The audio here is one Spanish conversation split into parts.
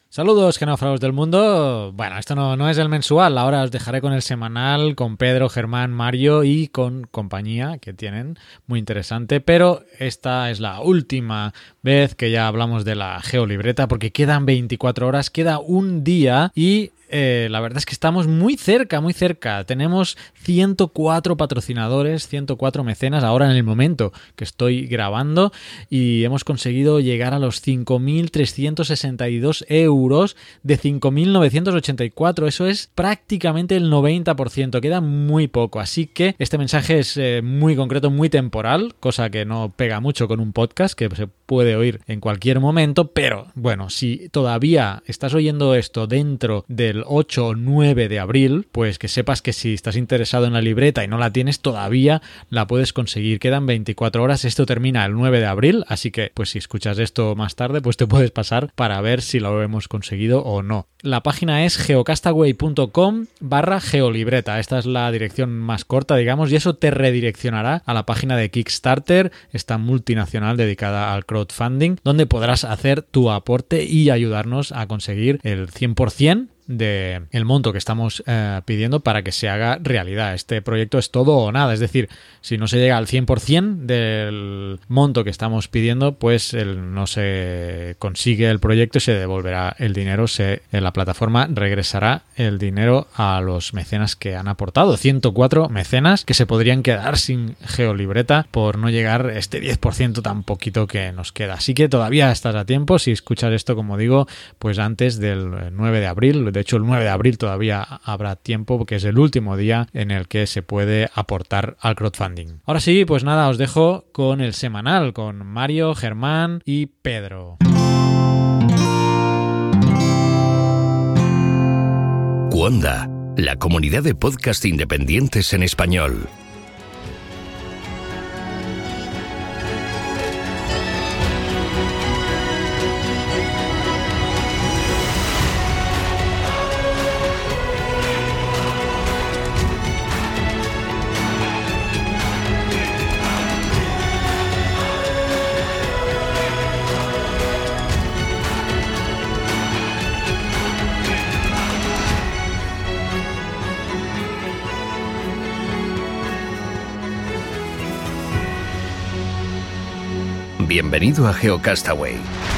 Saludos, genófragos del mundo. Bueno, esto no es el mensual, ahora os dejaré con el semanal, con Pedro, Germán, Mario y con compañía que tienen, muy interesante, pero esta es la última vez que ya hablamos de la geolibreta porque quedan 24 horas, queda un día y la verdad es que estamos muy cerca, muy cerca. Tenemos 104 patrocinadores, 104 mecenas ahora en el momento que estoy grabando y hemos conseguido llegar a los 5.362 euros de 5.984. Eso es prácticamente el 90%, queda muy poco. Así que este mensaje es muy concreto, muy temporal, cosa que no pega mucho con un podcast que se puede oír en cualquier momento, pero bueno, si todavía estás oyendo esto dentro del 8 o 9 de abril, pues que sepas que si estás interesado en la libreta y no la tienes, todavía la puedes conseguir. Quedan 24 horas, esto termina el 9 de abril, así que pues si escuchas esto más tarde, pues te puedes pasar para ver si lo hemos conseguido o no. La página es geocastaway.com/geolibreta. Esta es la dirección más corta, digamos, y eso te redireccionará a la página de Kickstarter, esta multinacional dedicada al crowdfunding, donde podrás hacer tu aporte y ayudarnos a conseguir el 100% de el monto que estamos pidiendo para que se haga realidad. Este proyecto es todo o nada, es decir, si no se llega al 100% del monto que estamos pidiendo, pues no se consigue el proyecto y se devolverá el dinero, la plataforma regresará el dinero a los mecenas que han aportado, 104 mecenas que se podrían quedar sin geolibreta por no llegar este 10% tan poquito que nos queda. Así que todavía estás a tiempo si escuchas esto, como digo, pues antes del 9 de abril. De hecho, el 9 de abril todavía habrá tiempo porque es el último día en el que se puede aportar al crowdfunding. Ahora sí, pues nada, os dejo con el semanal, con Mario, Germán y Pedro. Cuonda, la comunidad de podcast independientes en español. Bienvenido a GeoCastaway.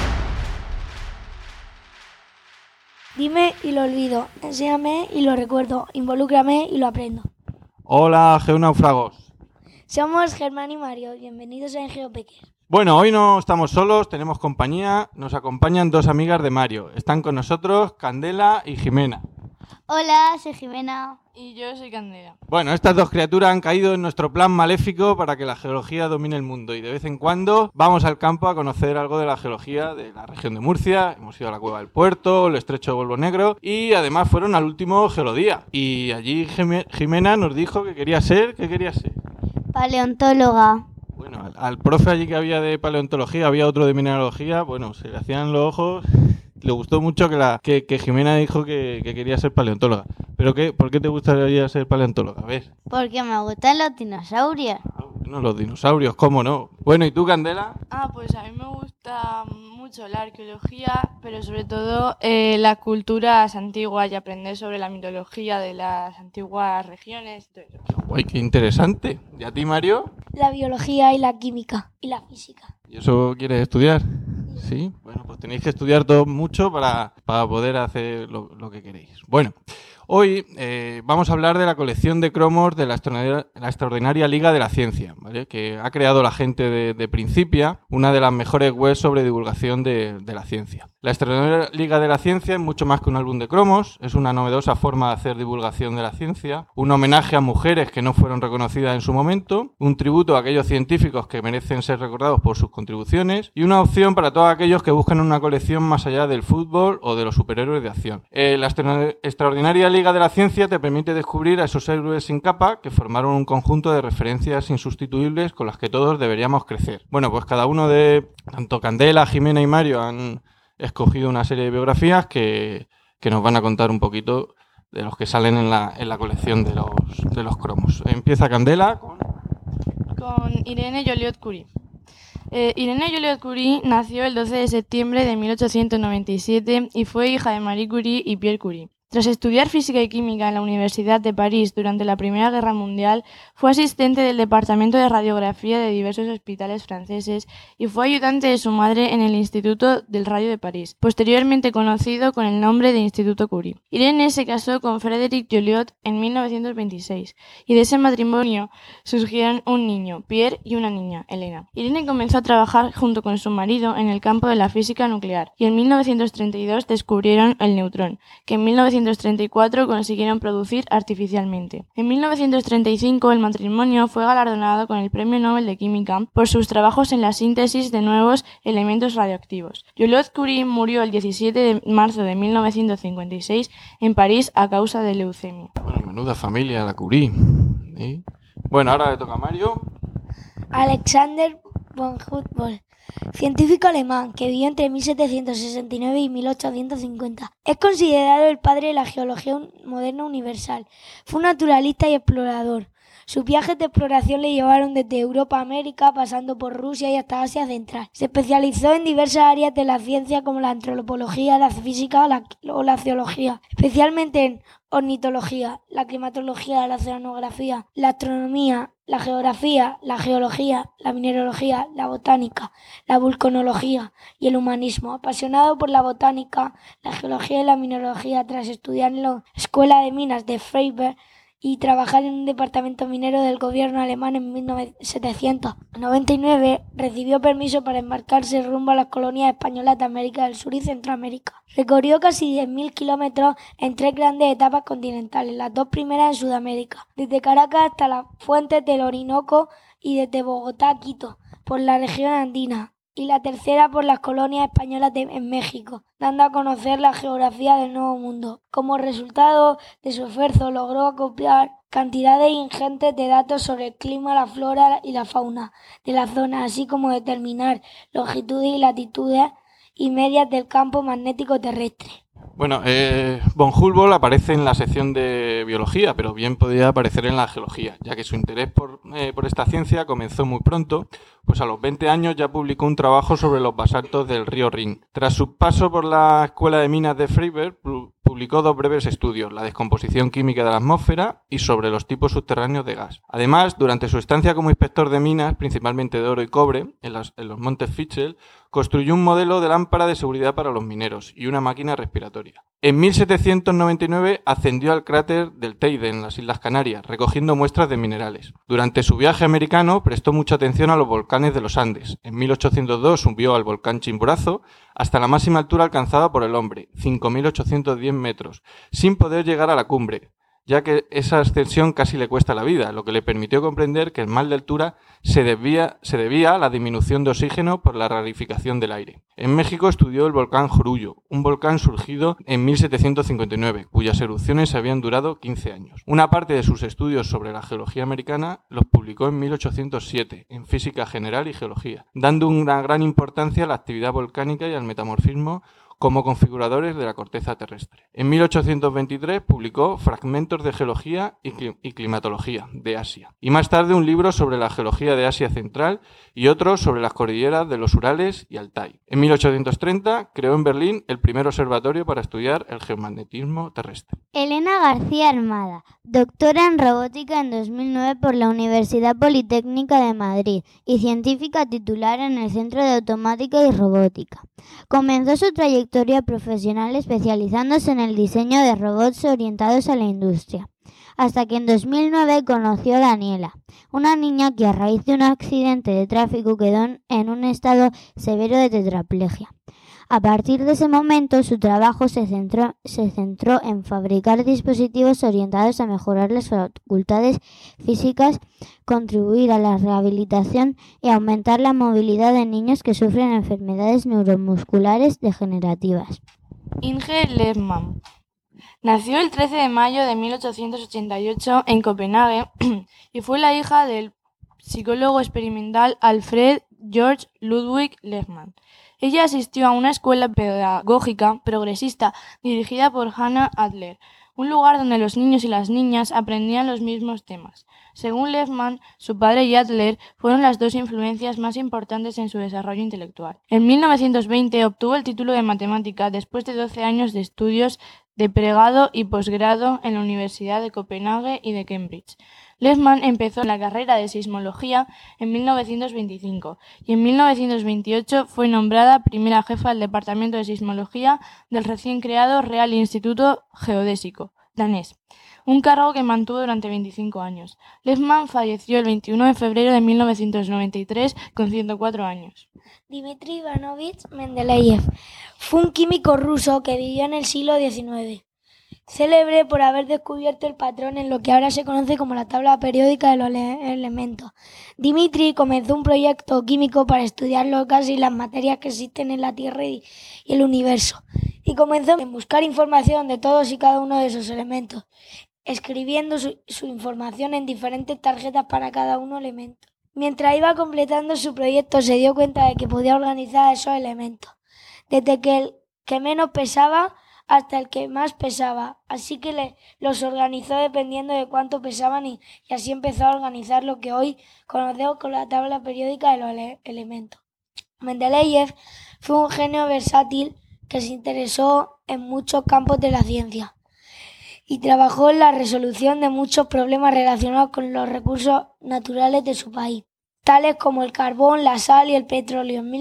Dime y lo olvido, enséñame y lo recuerdo, involúcrame y lo aprendo. Hola, geonáufragos. Somos Germán y Mario, bienvenidos a GeoPeques. Bueno, hoy no estamos solos, tenemos compañía, nos acompañan dos amigas de Mario. Están con nosotros Candela y Jimena. Hola, soy Jimena. Y yo soy Candela. Bueno, estas dos criaturas han caído en nuestro plan maléfico para que la geología domine el mundo y de vez en cuando vamos al campo a conocer algo de la geología de la región de Murcia. Hemos ido a la Cueva del Puerto, el Estrecho de Bolbo Negro y además fueron al último Geolodía. Y allí Jimena nos dijo que quería ser... ¿Qué quería ser? Paleontóloga. Bueno, al profe allí que había de paleontología, había otro de mineralogía, bueno, se le hacían los ojos... Le gustó mucho que Jimena dijo que quería ser paleontóloga. ¿Pero por qué te gustaría ser paleontóloga? A ver. Porque me gustan los dinosaurios. Bueno, los dinosaurios, ¿cómo no? Bueno, ¿y tú, Candela? Pues a mí me gusta mucho la arqueología, pero sobre todo las culturas antiguas y aprender sobre la mitología de las antiguas regiones. Y todo eso. Guay, qué interesante. ¿Y a ti, Mario? La biología y la química y la física. ¿Y eso quieres estudiar? Sí, bueno, pues tenéis que estudiar todo mucho para poder hacer lo que queréis. Bueno, hoy vamos a hablar de la colección de cromos de la Extraordinaria Liga de la Ciencia, ¿vale? Que ha creado la gente de Principia, una de las mejores webs sobre divulgación de la ciencia. La Extraordinaria Liga de la Ciencia es mucho más que un álbum de cromos, es una novedosa forma de hacer divulgación de la ciencia, un homenaje a mujeres que no fueron reconocidas en su momento, un tributo a aquellos científicos que merecen ser recordados por sus contribuciones y una opción para todos aquellos que buscan una colección más allá del fútbol o de los superhéroes de acción. La Extraordinaria Liga de la Ciencia te permite descubrir a esos héroes sin capa que formaron un conjunto de referencias insustituibles con las que todos deberíamos crecer. Bueno, pues cada uno de, tanto Candela, Jimena y Mario han escogido una serie de biografías que nos van a contar un poquito de los que salen en la colección de los cromos. Empieza Candela con Irene Joliot-Curie. Irene Joliot-Curie nació el 12 de septiembre de 1897 y fue hija de Marie Curie y Pierre Curie. Tras estudiar física y química en la Universidad de París durante la Primera Guerra Mundial, fue asistente del Departamento de Radiografía de diversos hospitales franceses y fue ayudante de su madre en el Instituto del Radio de París, posteriormente conocido con el nombre de Instituto Curie. Irene se casó con Frédéric Joliot en 1926 y de ese matrimonio surgieron un niño, Pierre, y una niña, Elena. Irene comenzó a trabajar junto con su marido en el campo de la física nuclear y en 1932 descubrieron el neutrón, que en 1934 consiguieron producir artificialmente. En 1935 el matrimonio fue galardonado con el Premio Nobel de Química por sus trabajos en la síntesis de nuevos elementos radioactivos. Joliot-Curie murió el 17 de marzo de 1956 en París a causa de leucemia. Bueno, menuda familia la Curie. ¿Sí? Bueno, ahora le toca a Mario. Alexander von Humboldt, científico alemán que vivió entre 1769 y 1850. Es considerado el padre de la geología moderna universal. Fue un naturalista y explorador. Sus viajes de exploración le llevaron desde Europa a América, pasando por Rusia y hasta Asia Central. Se especializó en diversas áreas de la ciencia como la antropología, la física o la geología, especialmente en ornitología, la climatología, la oceanografía, la astronomía, la geografía, la geología, la mineralogía, la botánica, la vulcanología y el humanismo. Apasionado por la botánica, la geología y la mineralogía, tras estudiar en la Escuela de Minas de Freiberg y trabajar en un departamento minero del gobierno alemán en 1799, recibió permiso para embarcarse rumbo a las colonias españolas de América del Sur y Centroamérica. Recorrió casi 10.000 kilómetros en 3 grandes etapas continentales, las 2 primeras en Sudamérica, desde Caracas hasta las fuentes del Orinoco y desde Bogotá a Quito, por la región andina, y la tercera por las colonias españolas en México, dando a conocer la geografía del Nuevo Mundo. Como resultado de su esfuerzo, logró acopiar cantidades ingentes de datos sobre el clima, la flora y la fauna de la zona, así como determinar longitudes y latitudes y medias del campo magnético terrestre. Bueno, von Humboldt aparece en la sección de biología, pero bien podría aparecer en la geología, ya que su interés por esta ciencia comenzó muy pronto, pues a los 20 años ya publicó un trabajo sobre los basaltos del río Rin. Tras su paso por la Escuela de Minas de Freiberg, publicó 2 breves estudios, la descomposición química de la atmósfera y sobre los tipos subterráneos de gas. Además, durante su estancia como inspector de minas, principalmente de oro y cobre, en los montes Fichel, construyó un modelo de lámpara de seguridad para los mineros y una máquina respiratoria. En 1799 ascendió al cráter del Teide en las Islas Canarias, recogiendo muestras de minerales. Durante su viaje americano prestó mucha atención a los volcanes de los Andes. En 1802 subió al volcán Chimborazo hasta la máxima altura alcanzada por el hombre, 5.810 metros, sin poder llegar a la cumbre, ya que esa ascensión casi le cuesta la vida, lo que le permitió comprender que el mal de altura se debía a la disminución de oxígeno por la rarificación del aire. En México estudió el volcán Jorullo, un volcán surgido en 1759, cuyas erupciones habían durado 15 años. Una parte de sus estudios sobre la geología americana los publicó en 1807, en Física General y Geología, dando una gran importancia a la actividad volcánica y al metamorfismo como configuradores de la corteza terrestre. En 1823 publicó Fragmentos de Geología y Climatología de Asia, y más tarde un libro sobre la geología de Asia Central y otro sobre las cordilleras de los Urales y Altai. En 1830 creó en Berlín el primer observatorio para estudiar el geomagnetismo terrestre. Elena García Armada, doctora en robótica en 2009 por la Universidad Politécnica de Madrid y científica titular en el Centro de Automática y Robótica. Comenzó su trayectoria profesional especializándose en el diseño de robots orientados a la industria, hasta que en 2009 conoció a Daniela, una niña que a raíz de un accidente de tráfico quedó en un estado severo de tetraplegia. A partir de ese momento, su trabajo se centró en fabricar dispositivos orientados a mejorar las facultades físicas, contribuir a la rehabilitación y aumentar la movilidad de niños que sufren enfermedades neuromusculares degenerativas. Inge Lehmann nació el 13 de mayo de 1888 en Copenhague y fue la hija del psicólogo experimental Alfred Georg Ludwig Lehmann. Ella asistió a una escuela pedagógica progresista dirigida por Hannah Adler, un lugar donde los niños y las niñas aprendían los mismos temas. Según Lehmann, su padre y Adler fueron las dos influencias más importantes en su desarrollo intelectual. En 1920 obtuvo el título de matemática después de 12 años de estudios de pregrado y posgrado en la Universidad de Copenhague y de Cambridge. Lehmann empezó la carrera de sismología en 1925 y en 1928 fue nombrada primera jefa del Departamento de Sismología del recién creado Real Instituto Geodésico danés, un cargo que mantuvo durante 25 años. Lehmann falleció el 21 de febrero de 1993 con 104 años. Dmitri Ivanovich Mendeleev fue un químico ruso que vivió en el siglo XIX. Célebre por haber descubierto el patrón en lo que ahora se conoce como la tabla periódica de los elementos. Dmitri comenzó un proyecto químico para estudiar los gases y las materias que existen en la Tierra y el universo, y comenzó a buscar información de todos y cada uno de esos elementos, escribiendo su información en diferentes tarjetas para cada uno elemento. Mientras iba completando su proyecto, se dio cuenta de que podía organizar esos elementos, desde el que menos pesaba hasta el que más pesaba, así que los organizó dependiendo de cuánto pesaban y así empezó a organizar lo que hoy conocemos como la tabla periódica de los elementos. Mendeleev fue un genio versátil que se interesó en muchos campos de la ciencia y trabajó en la resolución de muchos problemas relacionados con los recursos naturales de su país, tales como el carbón, la sal y el petróleo. En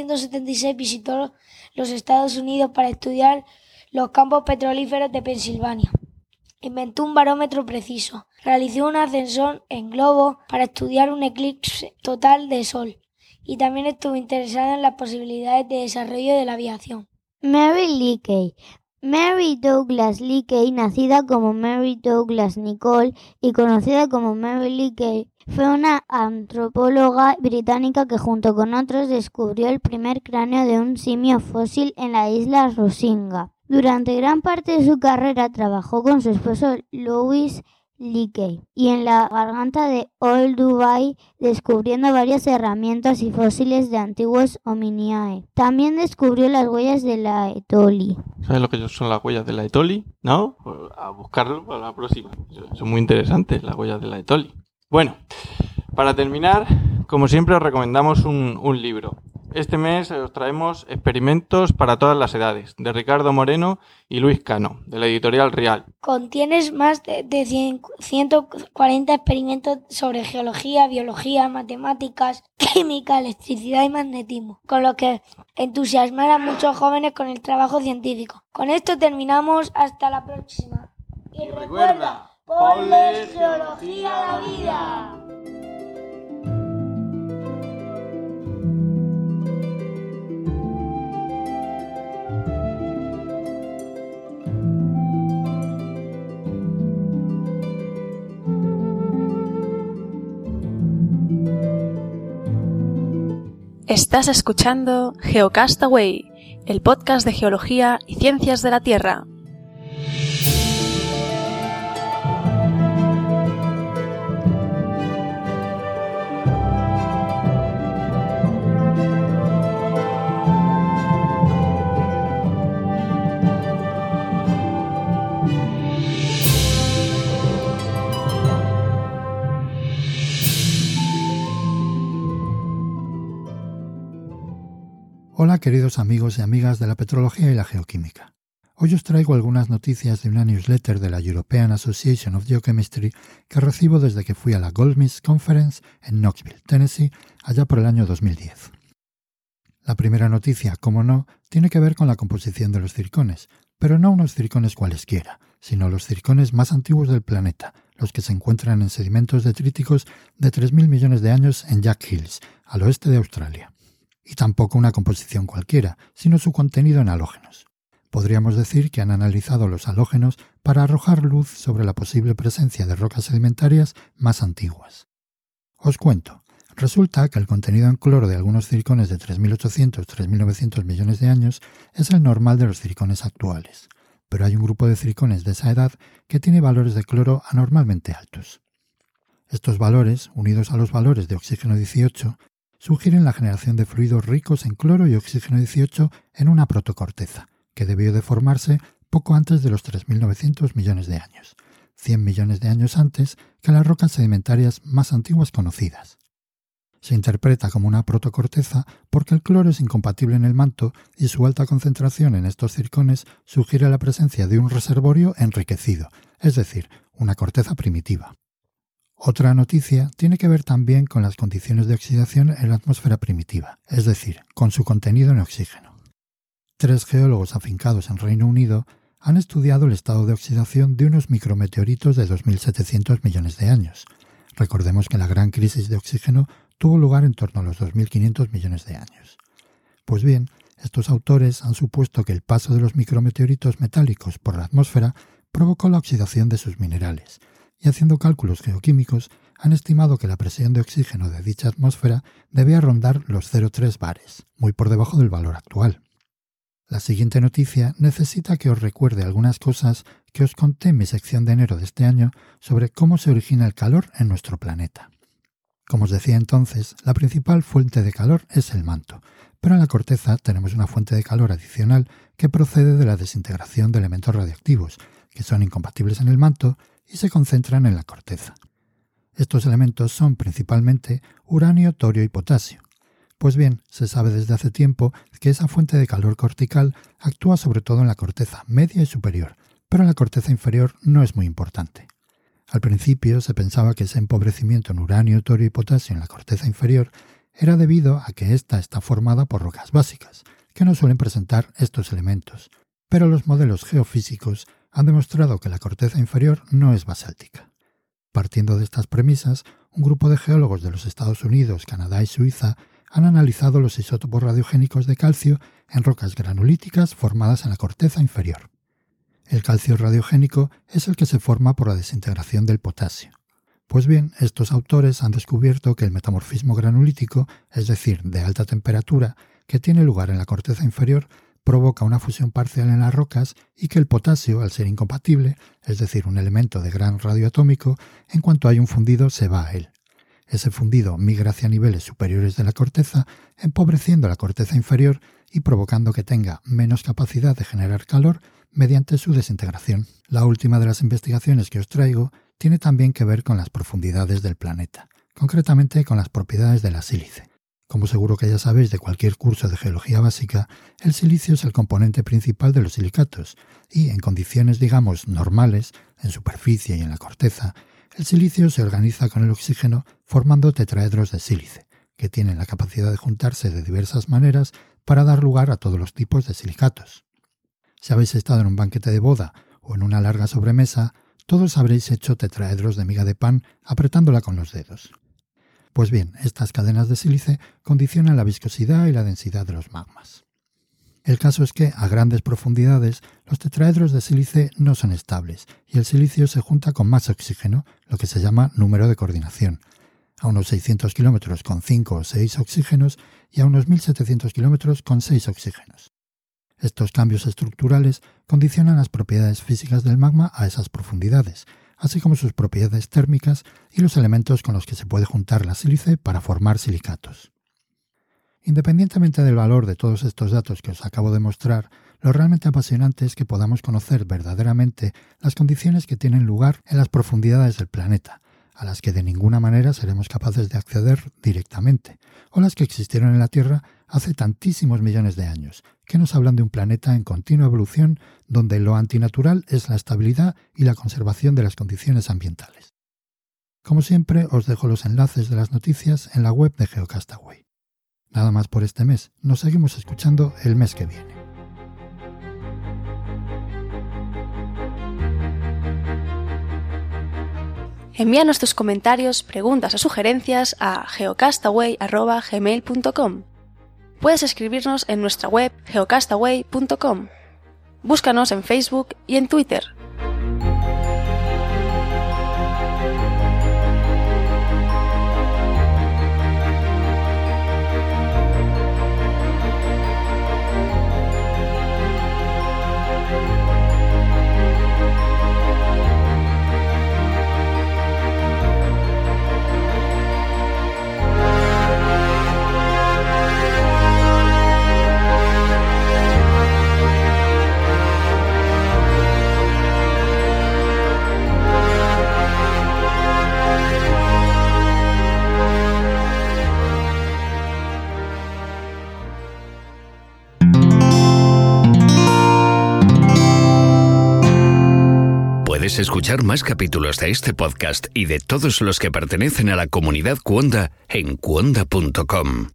1876 visitó los Estados Unidos para estudiar los campos petrolíferos de Pensilvania. Inventó un barómetro preciso. Realizó un ascensor en globo para estudiar un eclipse total de sol. Y también estuvo interesado en las posibilidades de desarrollo de la aviación. Mary Leakey. Mary Douglas Leakey, nacida como Mary Douglas Nicole y conocida como Mary Leakey, fue una antropóloga británica que junto con otros descubrió el primer cráneo de un simio fósil en la isla Rusinga. Durante gran parte de su carrera trabajó con su esposo Louis Leakey y en la garganta de Old Dubai, descubriendo varias herramientas y fósiles de antiguos Hominidae. También descubrió las huellas de la Etoli. ¿Sabes lo que son las huellas de la Etoli? ¿No? Pues a buscarlo para la próxima. Son muy interesantes las huellas de la Etoli. Bueno, para terminar, como siempre os recomendamos un libro. Este mes os traemos Experimentos para todas las edades, de Ricardo Moreno y Luis Cano, de la editorial Rial. Contiene más de 140 experimentos sobre geología, biología, matemáticas, química, electricidad y magnetismo, con los que entusiasmar a muchos jóvenes con el trabajo científico. Con esto terminamos, hasta la próxima. Y recuerda, ponle geología a la vida. Estás escuchando Geocastaway, el podcast de geología y ciencias de la Tierra. Hola queridos amigos y amigas de la petrología y la geoquímica. Hoy os traigo algunas noticias de una newsletter de la European Association of Geochemistry que recibo desde que fui a la Goldsmiths Conference en Knoxville, Tennessee, allá por el año 2010. La primera noticia, como no, tiene que ver con la composición de los circones, pero no unos circones cualesquiera, sino los circones más antiguos del planeta, los que se encuentran en sedimentos detríticos de 3.000 millones de años en Jack Hills, al oeste de Australia. Y tampoco una composición cualquiera, sino su contenido en halógenos. Podríamos decir que han analizado los halógenos para arrojar luz sobre la posible presencia de rocas sedimentarias más antiguas. Os cuento, resulta que el contenido en cloro de algunos circones de 3.800-3.900 millones de años es el normal de los circones actuales, pero hay un grupo de circones de esa edad que tiene valores de cloro anormalmente altos. Estos valores, unidos a los valores de oxígeno 18, sugieren la generación de fluidos ricos en cloro y oxígeno 18 en una protocorteza, que debió de formarse poco antes de los 3.900 millones de años, 100 millones de años antes que las rocas sedimentarias más antiguas conocidas. Se interpreta como una protocorteza porque el cloro es incompatible en el manto y su alta concentración en estos circones sugiere la presencia de un reservorio enriquecido, es decir, una corteza primitiva. Otra noticia tiene que ver también con las condiciones de oxidación en la atmósfera primitiva, es decir, con su contenido en oxígeno. 3 geólogos afincados en Reino Unido han estudiado el estado de oxidación de unos micrometeoritos de 2.700 millones de años. Recordemos que la gran crisis de oxígeno tuvo lugar en torno a los 2.500 millones de años. Pues bien, estos autores han supuesto que el paso de los micrometeoritos metálicos por la atmósfera provocó la oxidación de sus minerales, y haciendo cálculos geoquímicos han estimado que la presión de oxígeno de dicha atmósfera debía rondar los 0,3 bares, muy por debajo del valor actual. La siguiente noticia necesita que os recuerde algunas cosas que os conté en mi sección de enero de este año sobre cómo se origina el calor en nuestro planeta. Como os decía entonces, la principal fuente de calor es el manto, pero en la corteza tenemos una fuente de calor adicional que procede de la desintegración de elementos radiactivos, que son incompatibles en el manto y se concentran en la corteza. Estos elementos son principalmente uranio, torio y potasio. Pues bien, se sabe desde hace tiempo que esa fuente de calor cortical actúa sobre todo en la corteza media y superior, pero en la corteza inferior no es muy importante. Al principio se pensaba que ese empobrecimiento en uranio, torio y potasio en la corteza inferior era debido a que ésta está formada por rocas básicas, que no suelen presentar estos elementos, pero los modelos geofísicos han demostrado que la corteza inferior no es basáltica. Partiendo de estas premisas, un grupo de geólogos de los Estados Unidos, Canadá y Suiza han analizado los isótopos radiogénicos de calcio en rocas granulíticas formadas en la corteza inferior. El calcio radiogénico es el que se forma por la desintegración del potasio. Pues bien, estos autores han descubierto que el metamorfismo granulítico, es decir, de alta temperatura, que tiene lugar en la corteza inferior, provoca una fusión parcial en las rocas y que el potasio, al ser incompatible, es decir, un elemento de gran radio atómico, en cuanto hay un fundido se va a él. Ese fundido migra hacia niveles superiores de la corteza, empobreciendo la corteza inferior y provocando que tenga menos capacidad de generar calor mediante su desintegración. La última de las investigaciones que os traigo tiene también que ver con las profundidades del planeta, concretamente con las propiedades de la sílice. Como seguro que ya sabéis de cualquier curso de geología básica, el silicio es el componente principal de los silicatos y, en condiciones, digamos, normales, en superficie y en la corteza, el silicio se organiza con el oxígeno formando tetraedros de sílice, que tienen la capacidad de juntarse de diversas maneras para dar lugar a todos los tipos de silicatos. Si habéis estado en un banquete de boda o en una larga sobremesa, todos habréis hecho tetraedros de miga de pan apretándola con los dedos. Pues bien, estas cadenas de sílice condicionan la viscosidad y la densidad de los magmas. El caso es que, a grandes profundidades, los tetraedros de sílice no son estables y el silicio se junta con más oxígeno, lo que se llama número de coordinación, a unos 600 kilómetros con 5 o 6 oxígenos y a unos 1700 kilómetros con 6 oxígenos. Estos cambios estructurales condicionan las propiedades físicas del magma a esas profundidades, así como sus propiedades térmicas y los elementos con los que se puede juntar la sílice para formar silicatos. Independientemente del valor de todos estos datos que os acabo de mostrar, lo realmente apasionante es que podamos conocer verdaderamente las condiciones que tienen lugar en las profundidades del planeta, a las que de ninguna manera seremos capaces de acceder directamente, o las que existieron en la Tierra hace tantísimos millones de años, que nos hablan de un planeta en continua evolución donde lo antinatural es la estabilidad y la conservación de las condiciones ambientales. Como siempre, os dejo los enlaces de las noticias en la web de Geocastaway. Nada más por este mes, nos seguimos escuchando el mes que viene. Envíanos tus comentarios, preguntas o sugerencias a geocastaway@gmail.com. Puedes escribirnos en nuestra web geocastaway.com. Búscanos en Facebook y en Twitter. Puedes escuchar más capítulos de este podcast y de todos los que pertenecen a la comunidad Cuonda en cuonda.com.